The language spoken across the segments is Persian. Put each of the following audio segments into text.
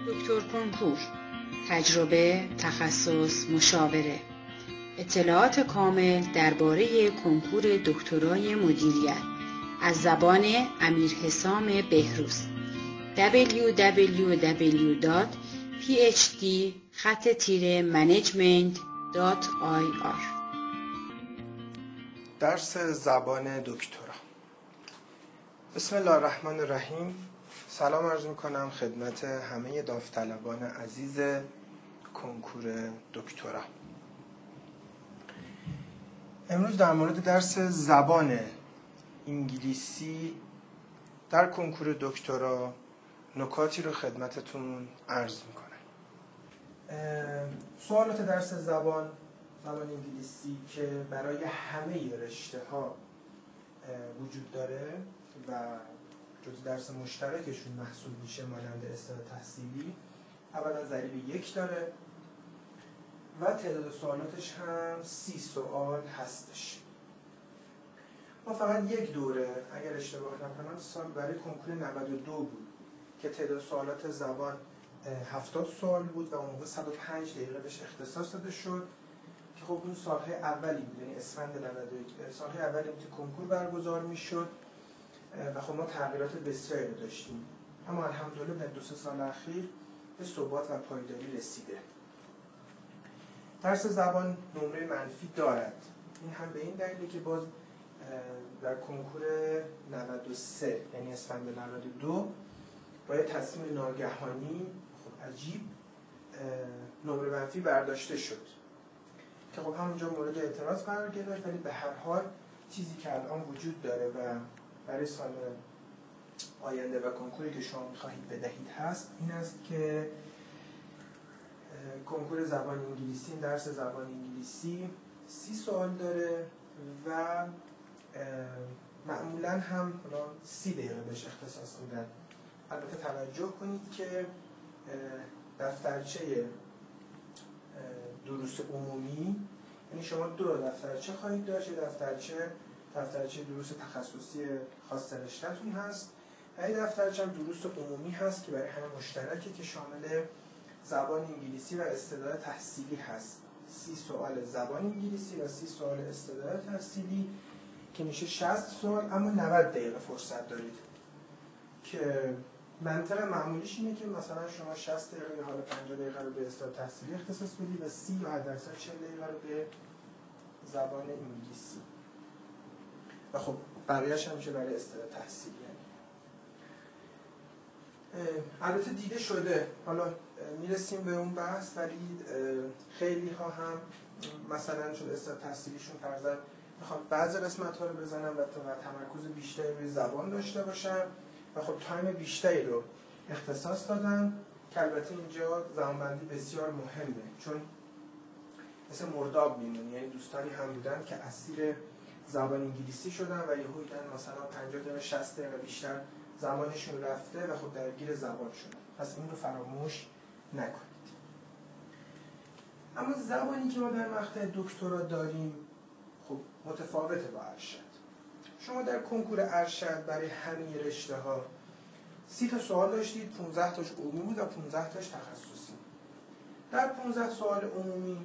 دکتر کنکور، تجربه، تخصص، مشاوره، اطلاعات کامل درباره کنکور دکترای مدیریت از زبان امیرحسام بهروز. www.phd-management.ir درس زبان دکترا. بسم الله الرحمن الرحیم. سلام عرض میکنم خدمت همه داوطلبان عزیز کنکور دکترا. امروز در مورد درس زبان انگلیسی در کنکور دکترا نکاتی رو خدمتتون عرض میکنم. سوالات درس زبان انگلیسی که برای همه رشته ها وجود داره و جز درس مشترکشون محسوب میشه مانند استعداد تحصیلی، اولا ضریب 1 داره و تعداد سوالاتش هم 30 سوال هستش. ما فقط یک دوره اگر اشتباه نکنم سال برای کنکور 92 بود که تعداد سوالات زبان 70 سوال بود و اون موقع 105 دقیقه بهش اختصاص داده شد که خب اون سالهای اولی بود، یعنی اسفند 91 سالهای اولی که کنکور برگزار میشد و خب ما تغییرات بسیاری رو داشتیم، اما الحمدلله در 2-3 سال اخیر به ثبات و پایداری رسیده. درس زبان نمره منفی دارد. این هم به این دلیله که باز در کنکور 93 یعنی اسفند 92 با یه تصمیم ناگهانی خب عجیب نمره منفی برداشته شد که خب همونجا مورد اعتراض قرار گرفت، ولی به هر حال چیزی که الان وجود داره و برای سال آینده و کنکوری که شما می‌خواهید بدهید هست این است که کنکور زبان انگلیسی، درس زبان انگلیسی 30 سوال داره و معمولاً هم 30 دقیقه بهش اختصاص میدن. البته توجه کنید که دفترچه دروس عمومی، یعنی شما 2 دفترچه خواهید داشت، دفترچه دروس تخصصی خاص رشته‌تون هست و یه دفترچه هم دروس عمومی هست که برای همه مشترکه که شامل زبان انگلیسی و استعداد تحصیلی هست. 30 سوال زبان انگلیسی و 30 سوال استعداد تحصیلی که میشه 60 سوال، اما 90 دقیقه فرصت دارید که منطق معمولیش اینه که مثلا شما 60 دقیقه یا حالا 50 دقیقه رو به استعداد تحصیلی اختصاص بدید و 30 یا حداکثر 40 دقیقه رو به زبان انگلیسی و خب بقیه‌اش هم میشه برای استعداد تحصیلی. البته دیده شده، حالا میرسیم به اون بحث، ولی خیلی ها هم مثلا چون استعداد تحصیلیشون فرضاً میخوان بعضی قسمت ها رو بزنن و تمرکز بیشتری روی زبان داشته باشن و خب تایم بیشتری رو اختصاص دادن که البته اینجا زمانبندی بسیار مهمه، چون مثل مرداب میمونه، یعنی دوستانی هم بودن که اسیر زبان انگلیسی شدن و یهو دیدن مثلا 50 دقیقه 60 دقیقه بیشتر زمانشون رفته و خب درگیر زبان شدن. پس این رو فراموش نکنید. اما زبانی که ما در مقطع دکترا داریم خب متفاوته با ارشد. شما در کنکور ارشد برای همه رشته ها 30 تا سوال داشتید، 15 تاش عمومی بود و 15 تاش تخصصی. در 15 سوال عمومی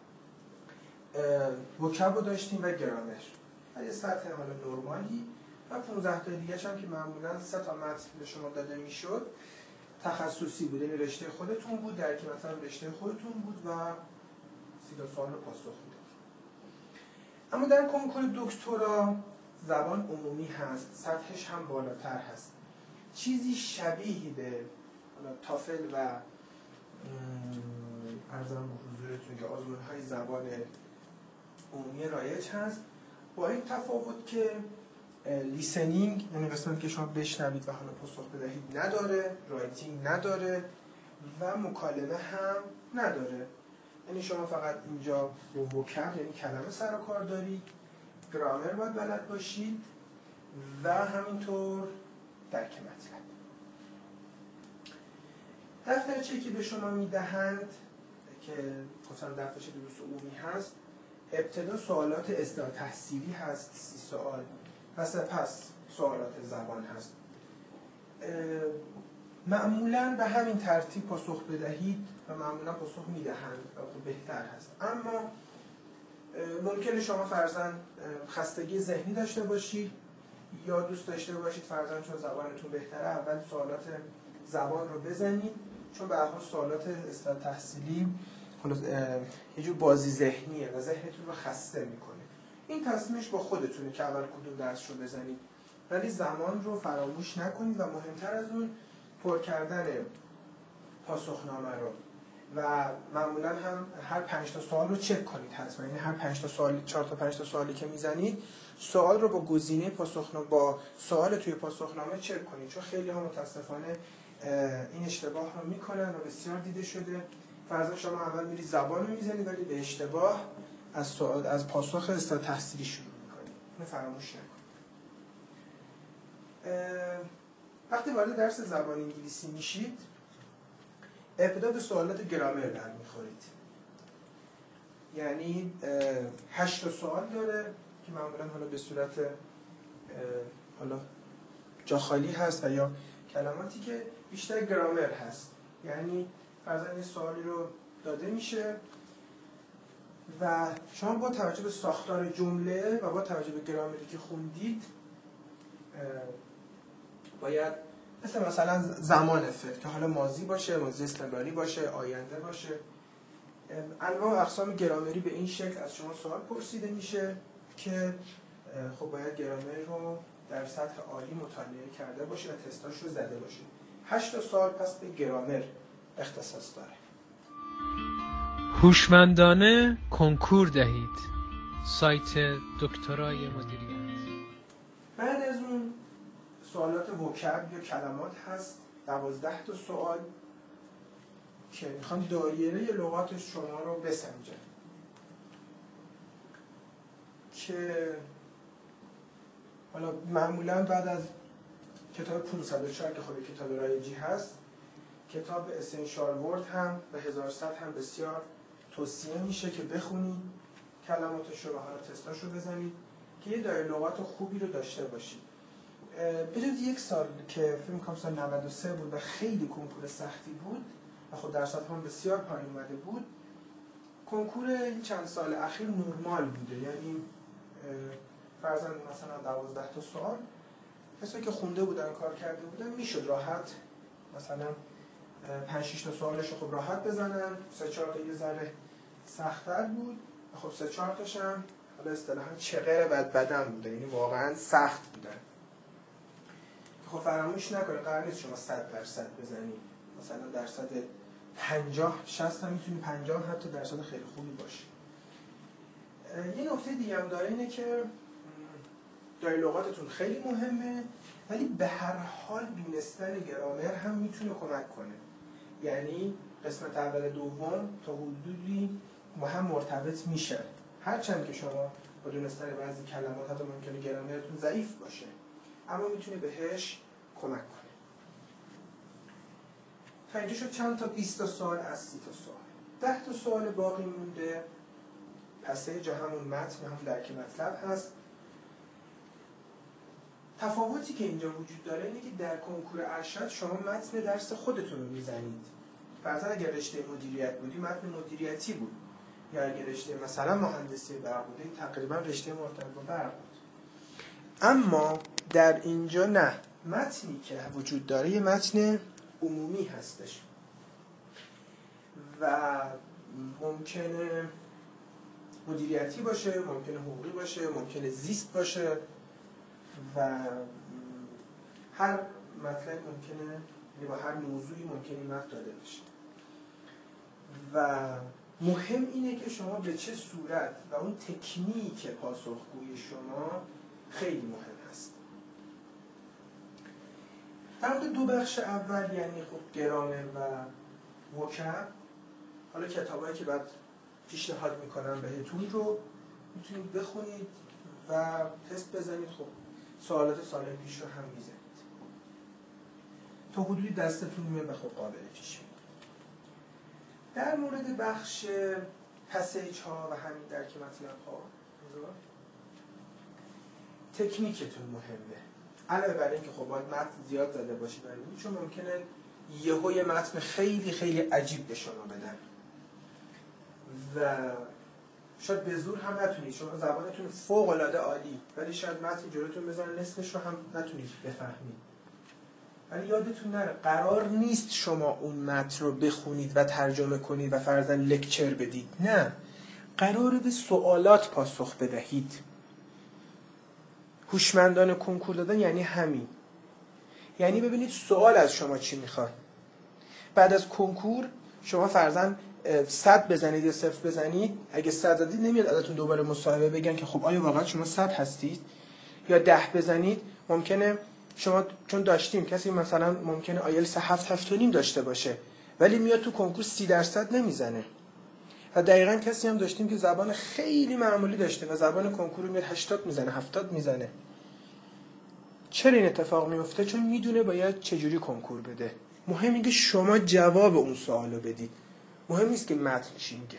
وکب رو داشتیم و گرامر و یه سطح حالا نرمالی و 15 تا دیگه هم که معمولا 3 تا متن به شما داده میشد تخصصی بود، یعنی رشته خودتون بود، در که مثلا رشته خودتون بود و 30 تا سوال رو پاسخ میدید. اما در کنکور دکترا زبان عمومی هست، سطحش هم بالاتر هست، چیزی شبیه به تافل و ارزم به حضورتون که آزمون‌های زبان عمومی رایج هست، با این تفاوت که لیسنینگ یعنی قسمتی که شما بشنوید و حالا پاسخ بدهید نداره، رایتینگ نداره و مکالمه هم نداره. یعنی شما فقط اینجا با وکب یعنی کلمه سر و کار دارید، گرامر باید بلد باشید و همینطور درک مطلب. دفترچه‌ای که به شما میدهند که گفتم دفترچه دروس عمومی هست، ابتدا سوالات استعداد تحصیلی هست 30 سوال و سپس سوالات زبان هست. معمولاً به همین ترتیب پاسخ بدهید و معمولاً پاسخ میدهند و خب بهتر هست. اما ممکنه شما فرضاً خستگی ذهنی داشته باشید یا دوست داشته باشید فرضاً چون زبانتون بهتره اول سوالات زبان رو بزنید، چون به هر حال سوالات استاد تحصیلی یه جور بازی ذهنیه و ذهنتون رو خسته میکنه. این تصمیمش با خودتونه که اول کدوم درس رو بزنید، ولی زمان رو فراموش نکنید و مهمتر از اون پر کردن پاسخنامه رو و معمولا هم هر 5 تا سوال رو چک کنید حتما. یعنی هر 5 تا سوال 4 تا 5 تا سوالی که میزنید سوال رو با گزینه پاسخنامه با سوال توی پاسخنامه چک کنید، چون خیلی ها متاسفانه این اشتباه رو میکنن و بسیار دیده شده. فرضاً شما اول میرید زبان رو میزنید ولی به اشتباه از پاسخ استاد تحصیلی شروع میکنید. اینو فراموش نکنید. وقتی وارد درس زبان انگلیسی میشید ابتدا به سوالات گرامر در میخورید. یعنی 8 تا سوال داره که معمولا حالا به صورت حالا جا خالی هست و یا کلماتی که بیشتر گرامر هست. یعنی فرضاً این سوالی رو داده میشه و شما با توجه به ساختار جمله و با توجه به گرامری که خوندید باید مثلا زمان فعل که حالا ماضی باشه، ماضی استمراری باشه، آینده باشه، انواع و اقسام گرامری به این شکل از شما سوال پرسیده میشه که خب باید گرامر رو در سطح عالی مطالعه کرده باشه و تستاش رو زده باشه. 8 سال پس به گرامر اختصاص داره. هوشمندانه کنکور دهید. سایت دکترای مدیریت. بعد از اون سوالات وکب یا کلمات هست 12 تا سوال که میخوان دایره لغات شما رو بسنجن که حالا معمولا بعد از کتاب 504 که خود کتاب رایجی هست، کتاب اسنشال ورد هم و 1100 هم بسیار توصیه میشه که بخونید کلماتش رو و حالا تستاش رو بزنید که یه دایره لغات خوبی رو داشته باشید. بجز یک سال که فکر می‌کنم سال 93 بود و خیلی کنکور سختی بود و خب درصد هم بسیار پایین اومده بود، کنکور این چند سال اخیر نرمال بوده. یعنی فرضاً مثلا 12 تا سوال کسایی که خونده بودن کار کرده بودن میشد راحت مثلا 5-6 تا سوالش رو خب راحت بزنن، 3-4 تا یه ذره سخت‌تر بود و خب 3-4 تاش هم حالا اصطلاحاً چغر بدن بوده، یعنی واقعاً سخت بودن. خب فراموش نکنید قرار نیست شما 100% بزنید، مثلا درصد 50-60 هم میتونید 50 حتی درصد خیلی خوبی باشه. یه نکته دیگه هم داره اینه که دایره لغاتتون خیلی مهمه، ولی به هر حال دونستن گرامر هم میتونه کمک کنه. یعنی قسمت اول دوم تا حدودی با هم مرتبط میشه، هرچند که شما با دونستن بعضی کلمات حتی ممکنه گرامرتون ضعیف باشه اما میتونه بهش کمک کنه. تا اینجا شد چند تا 20 تا سوال از 30 تا سوال. 10 تا سوال باقی مونده. پسیج همون متن هم درک مطلب هست. تفاوتی که اینجا وجود داره اینه که در کنکور ارشد شما متن درس خودتون رو میزنید. فرضاً اگر رشته مدیریت بودی متن مدیریتی بود، یا اگر رشته مثلا مهندسی برق بودی تقریبا رشته مرتبط با برق بود. اما در اینجا نه، متنی که وجود داره یه متن عمومی هستش و ممکنه مدیریتی باشه، ممکنه حقوقی باشه، ممکنه زیست باشه و هر مطلب ممکنه، یعنی با هر موضوعی ممکنه متن داده بشه و مهم اینه که شما به چه صورت و اون تکنیک پاسخگویی شما خیلی مهم هست. در مورد دو بخش اول یعنی خب گرامر و وکب، حالا کتابایی که بعد پیشنهاد میکنم بهتون رو میتونید بخونید و تست بزنید. خب سوالات سال پیش رو هم میزنید تا حدودی دستتون میاد و خب قابل پیش میاد. در مورد بخش پسیج ها و همین درک مطلب ها تکنیکتون مهمه، علاوه بر اینکه خب باید متن زیاد زده باشید، چون ممکنه یهو یه متن خیلی خیلی عجیب به شما بدن و شاید به زور هم نتونید، شما زبانتون فوق العاده عالی ولی شاید متن جلوتون بزنه نصفش رو هم نتونید بفهمید. ولی یادتون نره قرار نیست شما اون متن رو بخونید و ترجمه کنید و فرضاً لکچر بدید، نه، قراره به سوالات پاسخ بدهید. هوشمندانه کنکور دادن یعنی همین، یعنی ببینید سوال از شما چی میخواد. بعد از کنکور شما فرضاً 100 بزنید یا 0 بزنید، اگه 100 زدید نمیاد ازتون دوباره مصاحبه بگن که خب آیا واقعا شما 100 هستید، یا 10 بزنید ممکنه شما چون داشتیم کسی مثلا ممکنه آیلتس 7.5 داشته باشه ولی میاد تو کنکور 30% نمیزنه و دقیقاً کسی هم داشتیم که زبان خیلی معمولی داشته و زبان کنکور میاد 80 میزنه 70 میزنه. چرا این اتفاق میفته؟ چون میدونه باید چجوری کنکور بده. مهم اینه که شما جواب اون سوالو بدید، مهم نیست که متن چی میگه.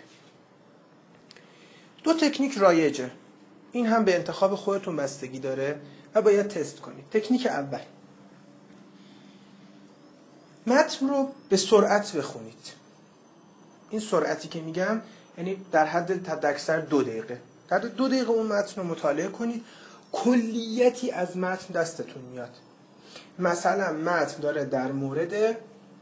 2 تکنیک رایجه، این هم به انتخاب خودتون بستگی داره و باید تست کنید. تکنیک اول، متن رو به سرعت بخونید. این سرعتی که میگم یعنی در حد حداکثر 2 دقیقه. در 2 دقیقه اون متن رو مطالعه کنید، کلیتی از متن دستتون میاد. مثلا متن داره در مورد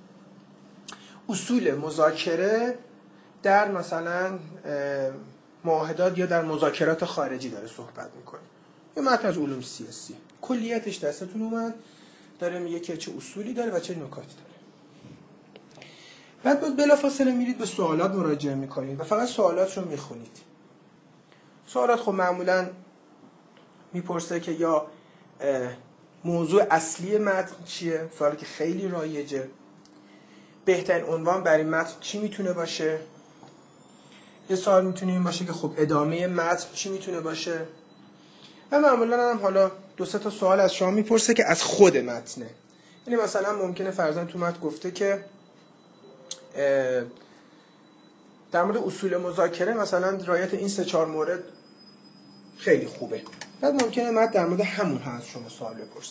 اصول مذاکره در مثلا معاهدات یا در مذاکرات خارجی داره صحبت میکنه، یه متن از علوم سیاسی، کلیتش دستتون اومد، داره میگه که چه اصولی داره و چه نکاتی داره. بعد بلافاصله میرید به سوالات مراجعه میکنید و فقط سوالات رو میخونید. سوالات خب معمولا میپرسه که یا موضوع اصلی متن چیه، سوالی که خیلی رایجه، بهترین عنوان برای متن چی میتونه باشه، یه سوال میتونه این باشه که خب ادامه متن چی میتونه باشه، و معمولا هم حالا 2-3 تا سوال از شما میپرسه که از خود متنه. یعنی مثلا ممکنه فرضاً تو متن گفته که در مورد اصول مذاکره مثلا رعایت این 3-4 مورد خیلی خوبه، بعد ممکنه متن در مورد همون ها از شما سوال بپرسه.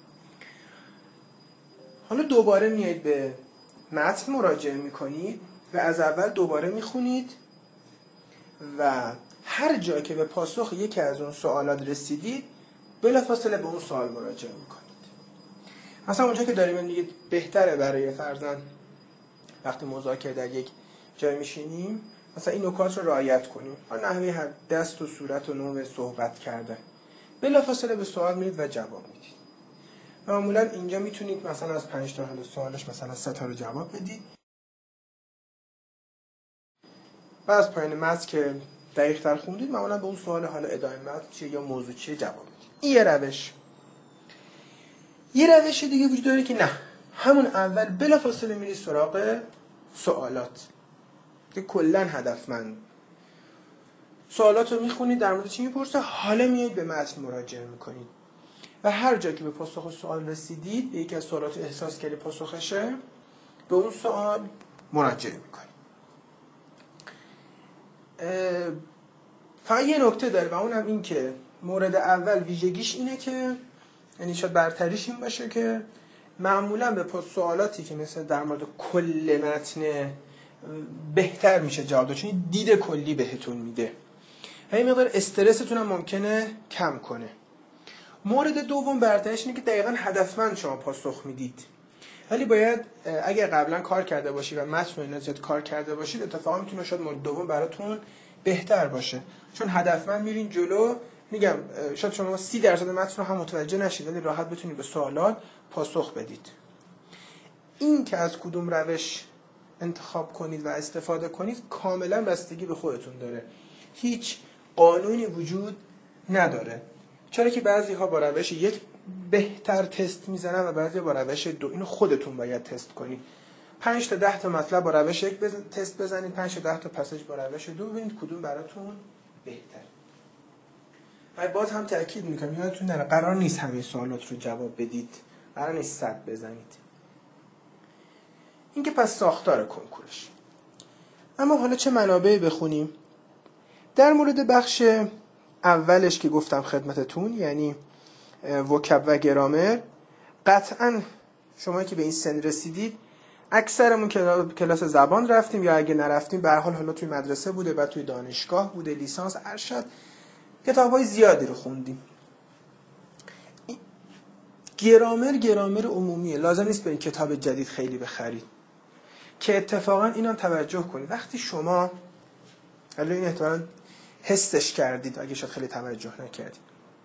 حالا دوباره میایید به متن مراجعه میکنید و از اول دوباره میخونید و هر جا که به پاسخ یکی از اون سوالات رسیدید بلافاصله به اون سوال مراجعه میکنید. مثلا اونجا که داریم میگید بهتره برای فرضاً وقتی مذاکره در یک جای میشینیم مثلا این نکات رو رعایت کنیم، نحوه دست و صورت و نوع صحبت کرده، بلافاصله به سوال میرید و جواب میدید. معمولا اینجا میتونید مثلا از 5 تا سوالش مثلا 3 تا رو جواب بدید و از پایان متن که دقیق تر خوندید معمولا به اون سوال حالا ادامه متن چیه یا موضوع چیه جواب بدید. این یه روش. یه روش دیگه وجود داره که نه، همون اول بلافاصله میرید سراغ سوالات که کلا هدفمند. سوالات رو میخونید در مورد چی میپرسه، حالا میایید به متن مراجعه میکنید و هر جا که به پاسخ سوال رسیدید، به یکی از سوالات احساس کردید پاسخشه، به اون سوال مراجعه میکنید. فقط یه نکته داره و اونم این که مورد اول ویژگیش اینه که یعنی شاید برتریش این باشه که معمولا به سوالاتی که مثل در مورد کل متن بهتر میشه جواب داد، چون دید کلی بهتون میده و این مقدار استرستون هم ممکنه کم کنه. مورد دوم برتریش اینه که دقیقاً هدفمند شما پاسخ میدید، ولی باید اگر قبلا کار کرده باشید و متن اینا زیاد کار کرده باشید اتفاقا میتونه شاید مورد دوم براتون بهتر باشه، چون هدفمند میرین جلو. میگم شاید شما 30% متن رو هم متوجه نشید ولی راحت بتونید به سوالات پاسخ بدید. این که از کدوم روش انتخاب کنید و استفاده کنید کاملا بستگی به خودتون داره، هیچ قانونی وجود نداره، چرا که بعضی ها با روش یک بهتر تست میزنن و بعضی با روش 2. اینو خودتون باید تست کنید. 5 تا 10 تا مطلب با روش 1 تست بزنید، 5 تا 10 تا پساژ با روش 2، ببینید کدوم براتون بهتره. و باز هم تاکید میکنم یادتون نره قرار نیست همه سوالات رو جواب بدید، قرار نیست 100 بزنید. این که پس ساختار کنکورش. اما حالا چه منابعی بخونیم؟ در مورد بخش اولش که گفتم خدمتتون، یعنی وکب و گرامر، قطعاً شما که به این سن رسیدید اکثرمون کلاس زبان رفتیم یا اگه نرفتیم به هر حال حالا توی مدرسه بوده، بعد توی دانشگاه بوده، لیسانس، ارشد، کتاب‌های زیادی رو خوندیم. گرامر عمومیه، لازم نیست به این کتاب جدید خیلی بخرید. که اتفاقا اینم توجه کنید، وقتی شما حالا این احتمالاً حسش کردید اگه شاید خیلی توجه نکردید،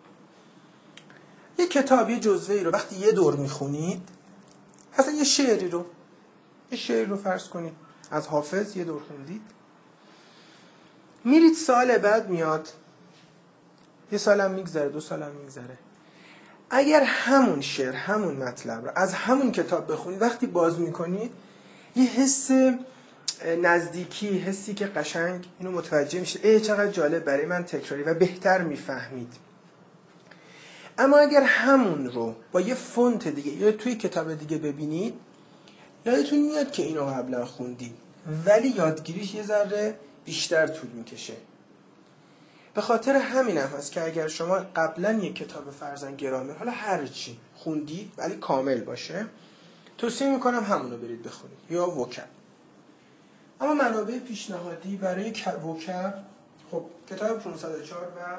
یه کتابی جزوه‌ای رو وقتی یه دور میخونید، مثلا یه شعری رو فرض کنید از حافظ یه دور خوندید، میرید سال بعد میاد، یه سالم میگذره، 2 سالم میگذره، اگر همون شعر همون مطلب رو از همون کتاب بخونید، وقتی باز میکنید یه حس نزدیکی، حسی که قشنگ اینو متوجه میشه، چقدر جالب، برای من تکراری و بهتر میفهمید. اما اگر همون رو با یه فونت دیگه یا توی کتاب دیگه ببینید، یادتون میاد که اینو قبلا خوندید، ولی یادگیریش یه ذره بیشتر طول میکشه. به خاطر همین هم هست که اگر شما قبلا یک کتاب فرضاً گرامر، حالا هر چی خوندید ولی کامل باشه، توصیه میکنم همونو برید بخونید، یا وکب. اما منابع پیشنهادی برای وکب، خب کتاب 504 و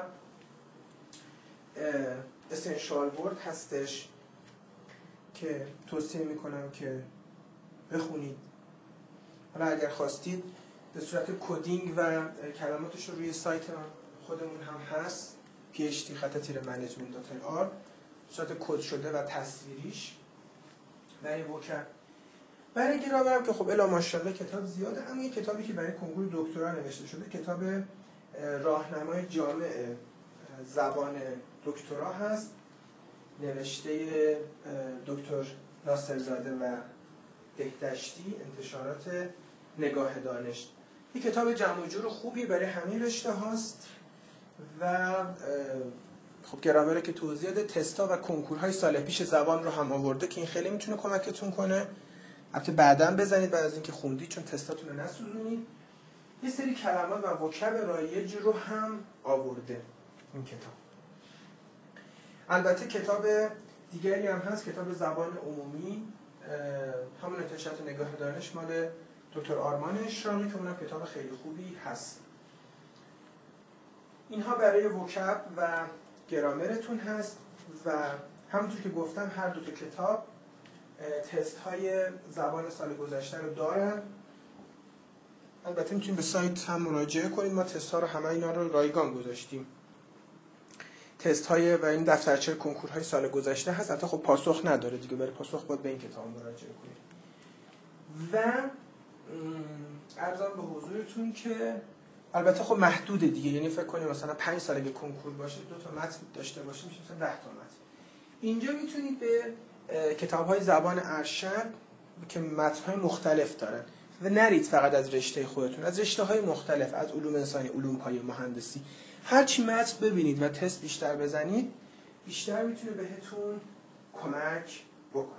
اسنشال ورد هستش که توصیه میکنم که بخونید. حالا اگر خواستید به صورت کدینگ و کلماتش رو روی سایت خودمون هم هست، phd-management.ir، به صورت کد شده و تصویریش برای وکب. برای گرامر هم که خب الا ماشاءالله کتاب زیاده، اما این کتابی که برای کنکور دکترا نوشته شده، کتاب راهنمای جامع زبان دکترا هست، نوشته دکتر ناصرزاده و بهدشتی، انتشارات نگاه دانش. این کتاب جمع و جور خوبی برای همین رشته هاست و خب گرامر که توضیح ده، تستا و کنکورهای سال پیش زبان رو هم آورده که این خیلی میتونه کمکتون کنه. البته بعداً بزنید بعد از اینکه خوندید، چون تستاتون رو نسوزونید. یه سری کلمات و وکب رایج رو هم آورده این کتاب. البته کتاب دیگری هم هست، کتاب زبان عمومی، همون انتشارات نگاه دانش مال دکتر آرمان اشراقی، که اونم کتاب خیلی خوبی هست. اینها برای وکب و گرامرتون هست و همونطور که گفتم هر دو تا کتاب تست های زبان سال گذشته رو دارن. البته میتونید به سایت هم مراجعه کنید، ما تست ها رو همه اینا رو رایگان گذاشتیم. تست های و این دفترچه کنکورهای سال گذشته هست، البته خب پاسخ نداره دیگه، برای پاسخ باید به این کتاب مراجعه کنید. و عرضم به حضورتون که البته خب محدوده دیگه، یعنی فکر کنید مثلا 5 سال اگه کنکور باشه 2 تا متن داشته باشه میشه مثلا 10 تا متن. اینجا میتونید به کتاب‌های زبان ارشد که متن‌های مختلف دارن و نرید فقط از رشته خودتون، از رشته‌های مختلف، از علوم انسانی، علوم پایه، مهندسی، هر چی متن ببینید و تست بیشتر بزنید، بیشتر میتونه بهتون کمک بکنه.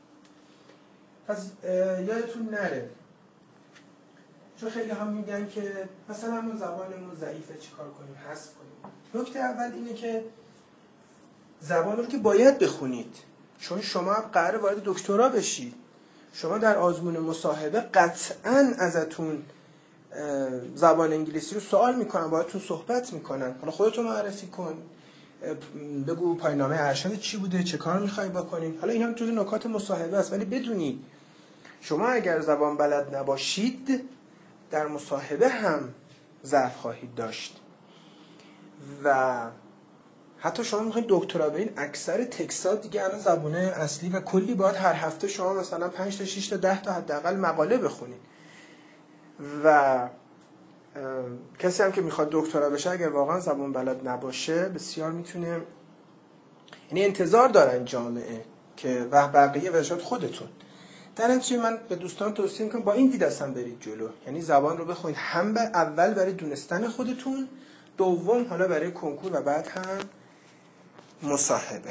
پس یادتون نره، چون خیلی هم میگن که مثلا همون زبانمون ضعیفه چیکار کنیم، حذف کنیم. نکته اول اینه که زبان رو که باید بخونید، چون شما قراره وارد دکترا بشید. شما در آزمون مصاحبه قطعاً ازتون زبان انگلیسی رو سوال میکنن، باهاتون صحبت میکنن. حالا خودتون معرفی کن، بگو پایان‌نامه ارشد چی بوده، چه کار میخوای بکنین. حالا این هم جزو نکات مصاحبه است، ولی بدونید شما اگر زبان بلد نباشید در مصاحبه هم ضعف خواهید داشت. و حتی شما میخواید دکترا برین، اکثر تکسات دیگه الان زبونه اصلی و کلی باید هر هفته شما مثلا 5 تا 6 تا 10 تا حداقل مقاله بخونید. و کسی هم که میخواد دکترا بشه اگر واقعا زبان بلد نباشه بسیار میتونه، یعنی انتظار دارن جامعه که و بقیه و شاید خودتون. در نتیجه من به دوستان توصیه میکنم با این دید اصلا برید جلو، یعنی زبان رو بخونید، هم اول برای دونستن خودتون، دوم حالا برای کنکور و بعد هم مصاحبه.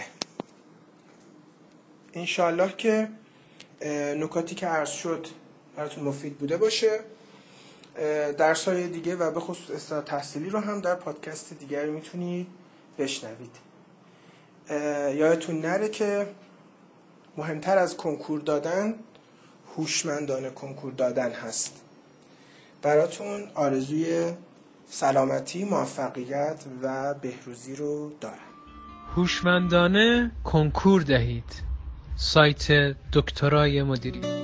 انشالله که نکاتی که عرض شد براتون مفید بوده باشه. درس‌های دیگه و به خصوص اصلاح تحصیلی رو هم در پادکست دیگری میتونید بشنوید. یادتون نره که مهمتر از کنکور دادن هوشمندانه کنکور دادن هست. براتون آرزوی سلامتی، موفقیت و بهروزی رو دارم. هوشمندانه کنکور دهید. سایت دکترای مدیریت.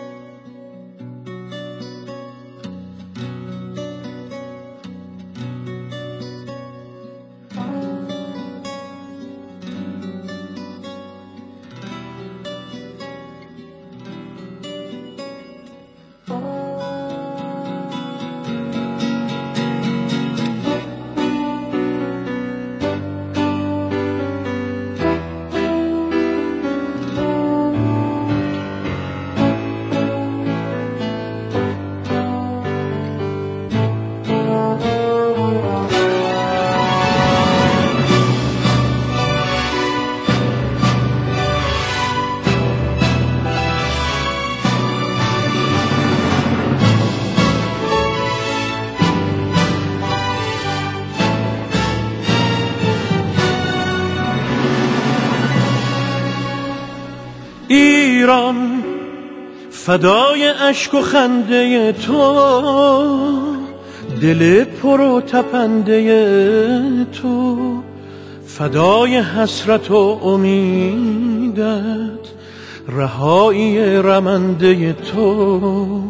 ایران فدای اشک و خنده تو، دل پر و تپنده تو، فدای حسرت و امیدت، رهایی رمنده تو،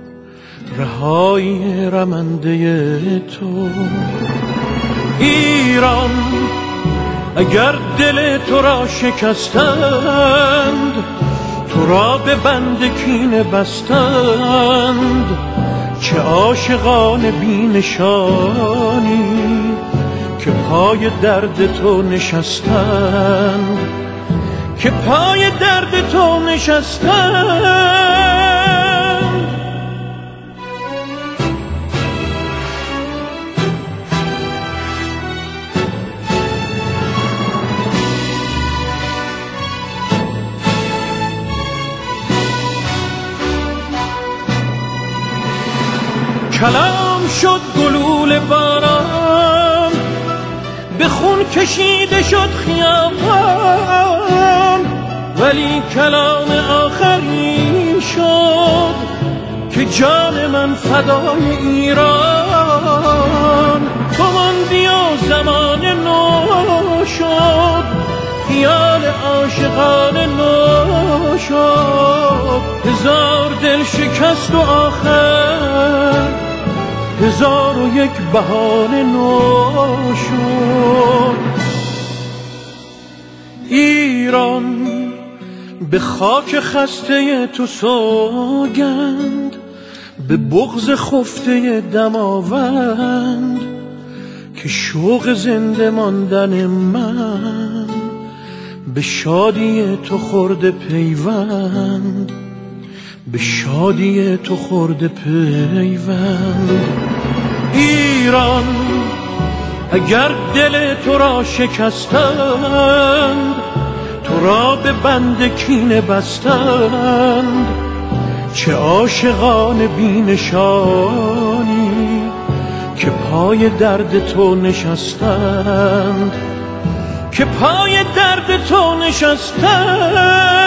رهایی رمنده تو. ایران اگر دل تو را شکستند، تو را به بند کینه بستند، چه عاشقان بی نشانی که پای درد تو نشستند، که پای درد تو نشستند. کلام شد گلوله باران، به خون کشیده شد خیابان، ولی کلام آخری شد که جان من فدای ایران. تو ماندی و زمان نو شد، خیال عاشقان نو شد، هزار دل شکست و آخر هزار و یک بهانه نو شد. ایران به خاک خسته تو سوگند، به بغض خفته دماوند، که شوق زنده ماندن من به شادی تو خورده پیوند، به شادی تو خورده پیوند. ایران اگر دل تو را شکستند، تو را به بند کینه بستند، چه عاشقان بی نشانی که پای درد تو نشستند، که پای درد تو نشستند.